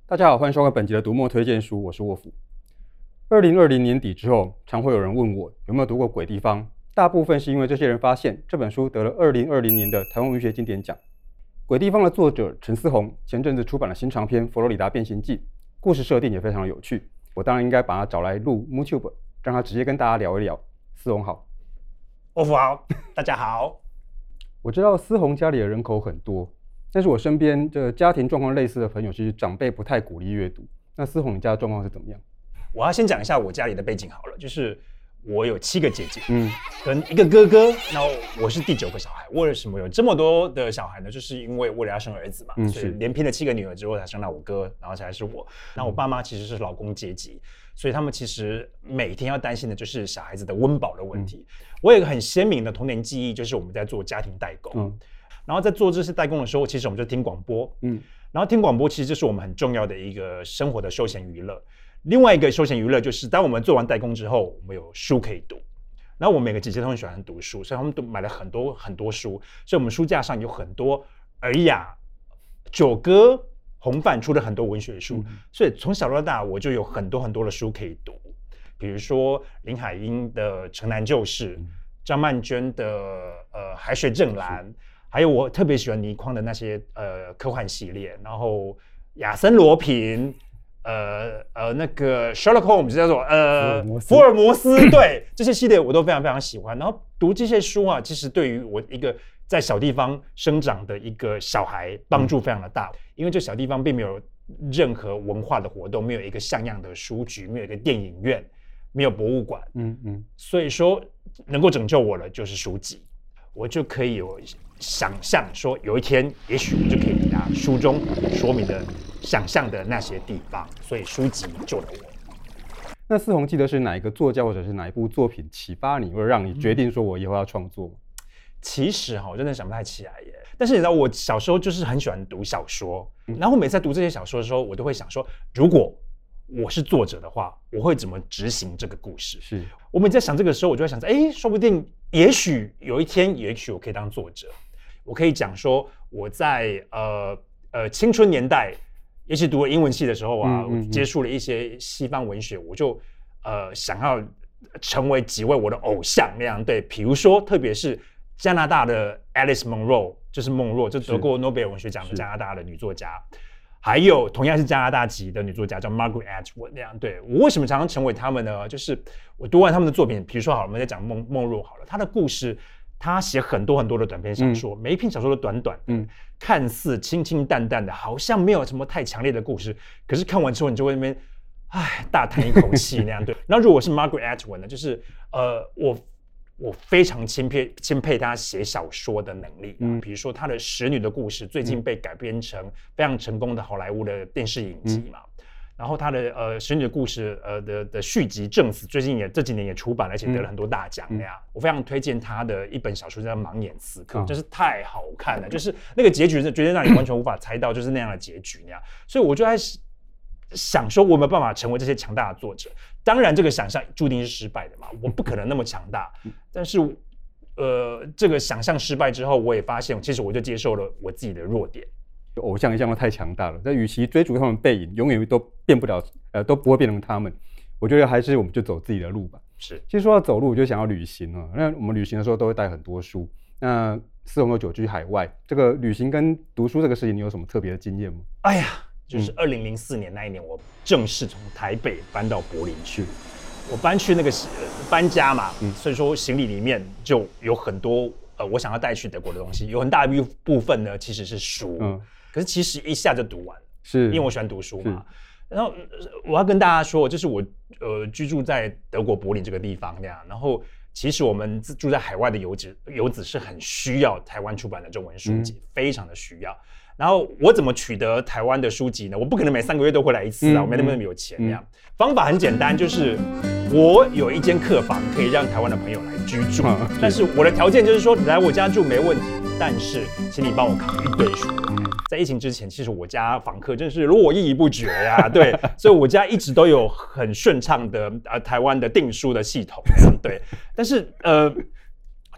大家好，欢迎收看本集的读墨推荐书，我是沃夫。2020年底之后，常会有人问我有没有读过《鬼地方》，大部分是因为这些人发现这本书得了2020年的台湾文学经典奖。《鬼地方》的作者陈思宏前阵子出版了新长篇《佛罗里达变形记》，故事设定也非常的有趣，我当然应该把他找来录 YouTube， 让他直接跟大家聊一聊。思宏好。 沃夫好，大家好。 我知道思宏家里的人口很多，但是我身边这家庭状况类似的朋友，其实长辈不太鼓励阅读。那思宏你家的状况是怎么样？ 我要先讲一下我家里的背景好了，就是我有7个姐姐，跟1个哥哥，然后我是第9个小孩。为什么有这么多的小孩呢？就是因为为了要生儿子嘛，所以连拼了7个女儿之后才生到我哥，然后才是我。然后我爸妈其实是劳工阶级，所以他们其实每天要担心的就是小孩子的温饱的问题。我有一个很鲜明的童年记忆，就是我们在做家庭代工。然后在做这些代工的时候，其实我们就听广播，然后听广播其实就是我们很重要的一个生活的休闲娱乐。另外一个休闲娱乐就是，当我们做完代工之后，我们有书可以读。然后我每个姐姐都很喜欢读书，所以他们都买了很多很多书，所以我们书架上有很多尔雅、九歌、洪范出了很多文学书，所以从小到大我就有很多很多的书可以读，比如说林海音的《城南旧事》，张曼娟的海水正蓝。还有我特别喜欢倪匡的那些科幻系列，然后亚森罗平，那个 Sherlock Holmes 叫做福尔摩斯，对，这些系列我都非常非常喜欢。然后读这些书啊，其实对于我一个在小地方生长的一个小孩帮助非常的大，因为这小地方并没有任何文化的活动，没有一个像样的书局，没有一个电影院，没有博物馆，所以说能够拯救我的就是书籍，我就可以有想象说有一天也许我就可以抵达书中说明的想象的那些地方，所以书籍救了我。 那思宏记得是哪一个作家或者是哪一部作品启发你，或者让你决定说我以后要创作吗？ 其实我真的想不太起来耶。但是你知道我小时候就是很喜欢读小说，然后我每次在读这些小说的时候，我都会想说，如果我是作者的话，我会怎么执行这个故事？是我们在想这个时候，我就会想着，说不定也许有一天，也许我可以当作者。我可以讲说，我在青春年代，也许读了英文系的时候我接触了一些西方文学，我就想要成为几位我的偶像那样。对，比如说，特别是加拿大的 Alice Munro， 就是孟若，就得过诺贝尔文学奖的加拿大的女作家。还有同样是加拿大籍的女作家叫 Margaret Atwood 那样。对，我为什么常常成为他们呢？就是我读完他们的作品，比如说好了，我们在讲孟若好了，她的故事。他写很多很多的短篇小说，每一篇小说都短短的，看似清清淡淡的，好像没有什么太强烈的故事。可是看完之后，你就会那边，大叹一口气那样。对。然后如果是 Margaret Atwood 呢，就是我非常钦佩他写小说的能力。比如说他的《使女的故事》最近被改编成非常成功的好莱坞的电视影集嘛。然后他的《使女的故事》的续集《正死》最近这几年也出版了，而且得了很多大奖那样。我非常推荐他的一本小说叫《盲眼刺客》，真是太好看了，就是那个结局绝对让你完全无法猜到，就是那样的结局那样。所以我就在想说，我有没有办法成为这些强大的作者？当然，这个想象注定是失败的嘛，我不可能那么强大。但是，这个想象失败之后，我也发现，其实我就接受了我自己的弱点。 偶像一向都太强大了，但与其追逐他们背影，永远都变不了，都不会变成他们。我觉得还是我们就走自己的路吧。 是， 其实说到走路，我就想要旅行了。那我们旅行的时候都会带很多书。那思宏有久居海外，这个旅行跟读书这个事情，你有什么特别的经验吗？ 就是2004年那一年，我正式从台北搬到柏林去。我搬去那个搬家嘛，所以说行李里面就有很多我想要带去德国的东西，有很大一部分呢其实是书。可是其实一下就读完，是因为我喜欢读书嘛。然后我要跟大家说，就是我居住在德国柏林这个地方那样，然后其实我们住在海外的游子是很需要台湾出版的中文书籍，非常的需要。然后我怎么取得台湾的书籍呢？我不可能每3个月都回来一次啊，我没那么有钱那样。方法很简单，就是我有一间客房可以让台湾的朋友来居住，但是我的条件就是说，你来我家住没问题，但是请你帮我扛一堆书。在疫情之前，其实我家访客真是络绎不绝呀，对，所以我家一直都有很顺畅的台湾的订书的系统，对。但是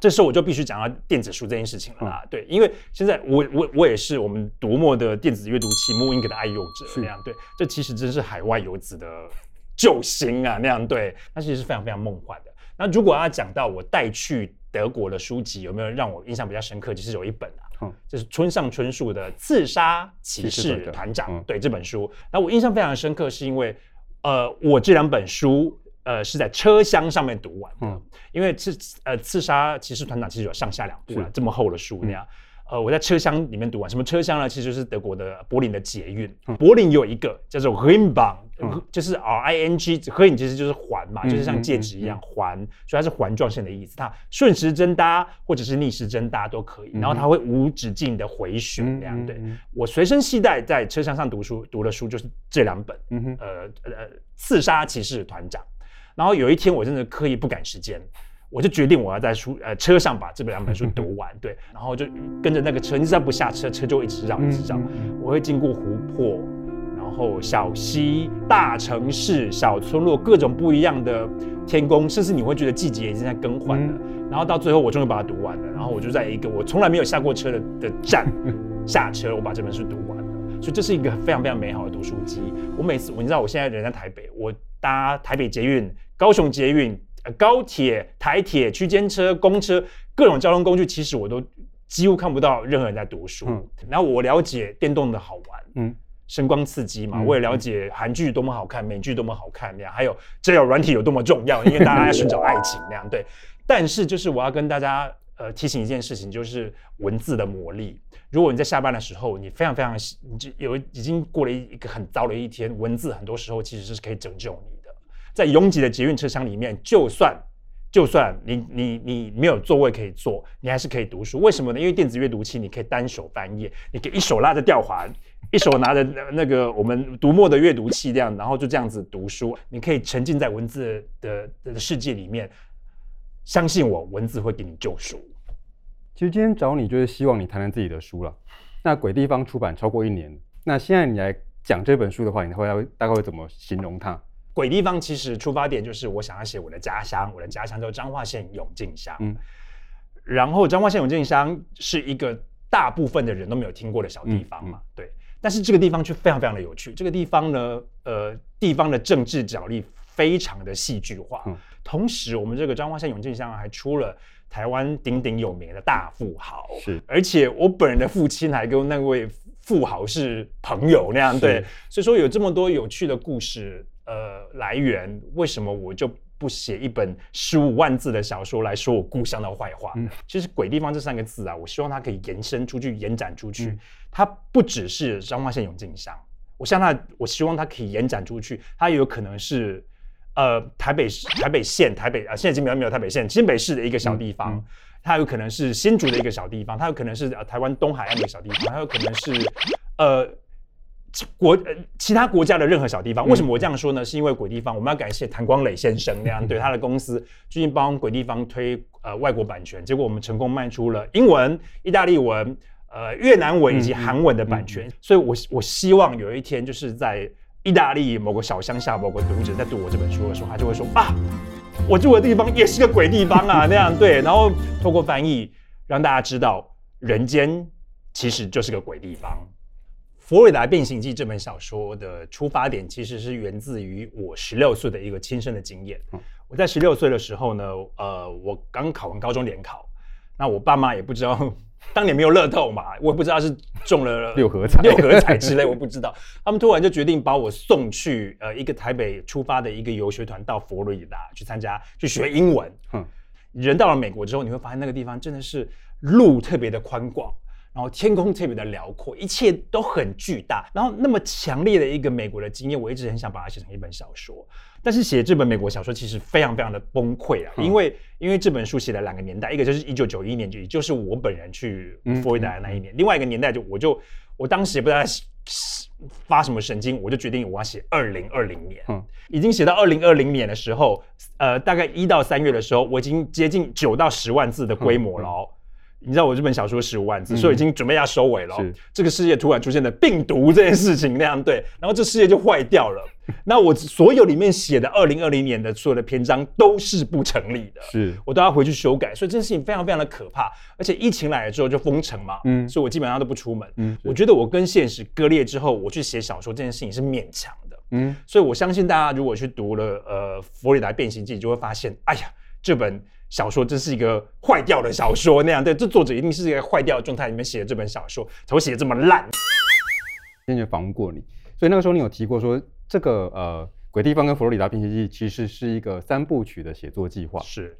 这时候我就必须讲到电子书这件事情了啦。对，因为现在我也是我们读墨的电子阅读器 Mooink 的爱用者那样。对，这其实真是海外游子的救星啊那样。对，那其实是非常非常梦幻的。那如果要讲到我带去德国的书籍，有没有让我印象比较深刻？其实有一本啊，就是村上春树的《刺杀骑士团长》。对，这本书，那我印象非常深刻，是因为我这2本书是在车厢上面读完的，因为刺杀骑士团长其实有上下2部了，这么厚的书那样。我在车厢里面读完，什么车厢呢？其实就是德国的柏林的捷运。柏林有一个叫做 Ringbahn，就是 RING，Ring 其实就是环嘛，就是像戒指一样环，所以它是环状线的意思。它顺时针搭或者是逆时针搭都可以，然后它会无止境的回旋那样。对，我随身携带在车厢上读的书就是这2本，刺杀骑士团长。然后有一天我真的刻意不赶时间。我就决定我要在车上把这2本书读完，对，然后就跟着那个车，你只要不下车，车就一直绕，一直绕。我会经过湖泊，然后小溪、大城市、小村落，各种不一样的天空，甚至你会觉得季节已经在更换了。然后到最后，我终于把它读完了。然后我就在一个我从来没有下过车的站下车，我把这本书读完了。所以这是一个非常非常美好的读书机。你知道我现在人在台北，我搭台北捷运、高雄捷运。高铁、台铁、区间车、公车，各种交通工具，其实我都几乎看不到任何人在读书。然后我了解电动的好玩，声光刺激嘛，我也了解韩剧多么好看，美剧多么好看那样，还有交友软体有多么重要，因为大家在寻找爱情那样。对，但是就是我要跟大家提醒一件事情，就是文字的魔力。如果你在下班的时候，你非常非常已经过了一个很糟的一天，文字很多时候其实是可以拯救你的。在拥挤的捷运车厢里面，就算你没有座位可以坐，你还是可以读书。为什么呢？因为电子阅读器你可以单手翻页，你可以一手拉着吊环，一手拿着那个我们读墨的阅读器这样，然后就这样子读书。你可以沉浸在文字的世界里面，相信我，文字会给你救赎。 其实今天找你就是希望你谈谈自己的书了。那鬼地方出版超过1年，那现在你来讲这本书的话，你大概会怎么形容它？ 鬼地方其实出发点就是我想要写我的家乡，我的家乡叫彰化县永靖乡。然后彰化县永靖乡是一个大部分的人都没有听过的小地方嘛，对。但是这个地方却非常非常的有趣。这个地方呢，地方的政治角力非常的戏剧化。同时，我们这个彰化县永靖乡还出了台湾鼎鼎有名的大富豪，是。而且我本人的父亲还跟那位富豪是朋友那样，对。所以说有这么多有趣的故事。来源为什么我就不写一本15万字的小说来说我故乡的坏话？其实鬼地方这3个字啊，我希望它可以延伸出去、延展出去。它不只是彰化县永靖乡，我希望它可以延展出去，它有可能是台北县现在已经没有台北县，新北市的一个小地方。它有可能是新竹的一个小地方，它有可能是台湾东海岸的一个小地方，它有可能是其他国家的任何小地方。为什么我这样说呢？是因为鬼地方我们要感谢谭光磊先生那样对他的公司最近帮鬼地方推外国版权，结果我们成功卖出了英文、意大利文、越南文以及韩文的版权。所以我希望有一天就是在意大利某个小乡下某个读者在读我这本书的时候，他就会说啊，我住的地方也是个鬼地方啊那样对。然后透过翻译让大家知道人间其实就是个鬼地方。佛罗里达变形记这本小说的出发点其实是源自于我16岁的一个亲身的经验。我在16岁的时候呢，我刚考完高中联考，那我爸妈也不知道，当年没有乐透嘛，我也不知道是中了 6合彩之类，我不知道。他们突然就决定把我送去一个台北出发的一个游学团到佛罗里达去学英文。人到了美国之后，你会发现那个地方真的是路特别的宽广。然后天空特别的辽阔，一切都很巨大。然后那么强烈的一个美国的经验，我一直很想把它写成一本小说。但是写这本美国小说其实非常非常的崩溃啊，因为这本书写了2个年代，一个就是1991年，也就是我本人去佛罗里达的那一年；另外一个年代我当时也不知道发什么神经，我就决定我要写2020年。已经写到2020年的时候，大概1到3月的时候，我已经接近9到10万字的规模了哦。你知道我这本小说15万字，所以已经准备要收尾了。这个世界突然出现了病毒这件事情那样对，然后这世界就坏掉了。 那我所有里面写的2020年的所有的篇章都是不成立的， 是我都要回去修改，所以这件事情非常非常的可怕。而且疫情来了之后就封城嘛，所以我基本上都不出门。我觉得我跟现实割裂之后，我去写小说这件事情是勉强的。所以我相信大家如果去读了佛罗里达变形记，就会发现，哎呀，这本小说真是一个坏掉的小说那样。对，这作者一定是一个坏掉的状态里面写的这本小说，才会写的这么烂。 之前访问过你，所以那个时候你有提过说，这个鬼地方跟佛罗里达变形记其实是一个3部曲的写作计划。 是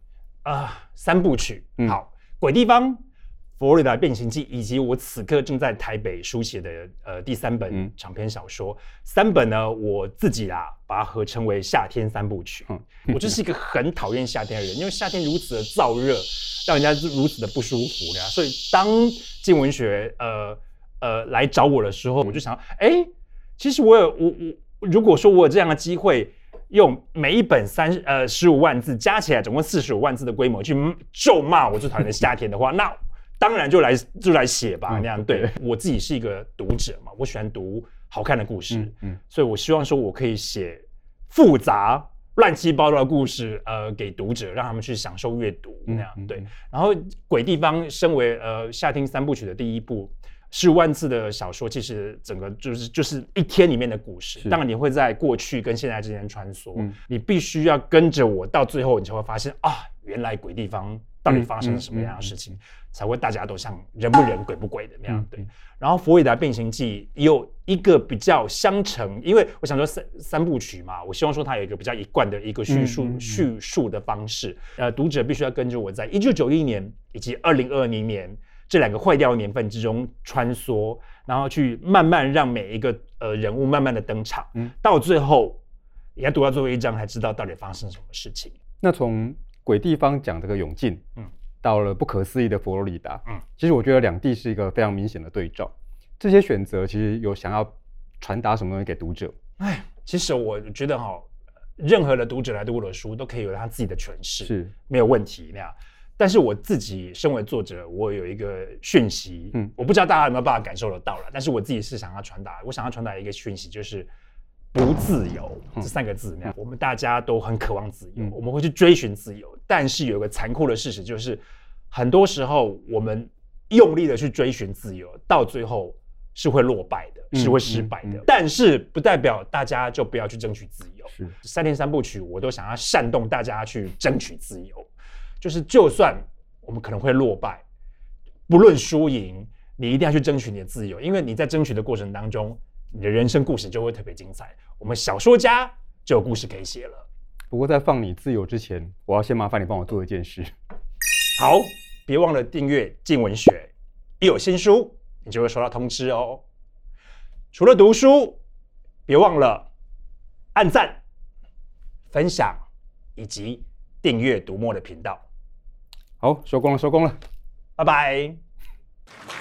3部曲。好，鬼地方、佛罗里达变形记以及我此刻正在台北书写的第3本长篇小说，3本呢我自己把它合称为夏天3部曲。我就是一个很讨厌夏天的人，因为夏天如此的燥热，让人家如此的不舒服的，所以当静文学来找我的时候，我就想，其实我如果说我有这样的机会，用每一本15万字加起来总共45万字的规模去咒骂我最讨厌的夏天的话，那当然就来写吧，那样。对，我自己是一个读者嘛，我喜欢读好看的故事，所以我希望说我可以写复杂乱七八糟的故事，给读者，让他们去享受阅读那样。对，然后鬼地方身为夏天3部曲的第一部。15万字的小说，其实整个就是一天里面的故事。当然，你会在过去跟现在之间穿梭，你必须要跟着我到最后，你才会发现原来鬼地方到底发生了什么样的事情，才会大家都像人不人鬼不鬼的那样。对。然后佛罗里达变形记也有一个比较相承，因为我想说三部曲嘛，我希望说它有一个比较一贯的一个叙述的方式。读者必须要跟着我在1991年以及2020年。这2个坏掉的年份之中穿梭，然后去慢慢让每一个人物慢慢的登场，到最后也要读到最后一章才知道到底发生什么事情。 那从鬼地方讲这个永靖，到了不可思议的佛罗里达，其实我觉得两地是一个非常明显的对照。这些选择其实有想要传达什么东西给读者？ 其实我觉得任何的读者来读我的书都可以有他自己的诠释， 是没有问题那样。但是我自己身为作者，我有一个讯息，我不知道大家有没有办法感受得到了。但是我自己是想要传达，我想要传达一个讯息，就是不自由这3个字。我们大家都很渴望自由，我们会去追寻自由，但是有一个残酷的事实，就是很多时候我们用力的去追寻自由，到最后是会落败的，是会失败的。但是不代表大家就不要去争取自由。3天3部曲，我都想要煽动大家去争取自由。就是就算我们可能会落败，不论输赢，你一定要去争取你的自由，因为你在争取的过程当中，你的人生故事就会特别精彩。我们小说家就有故事可以写了。 不过在放你自由之前，我要先麻烦你帮我做一件事。 好，别忘了订阅静文学，一有新书你就会收到通知哦。除了读书，别忘了按赞、分享以及订阅读墨的频道。 好，收工了，拜拜。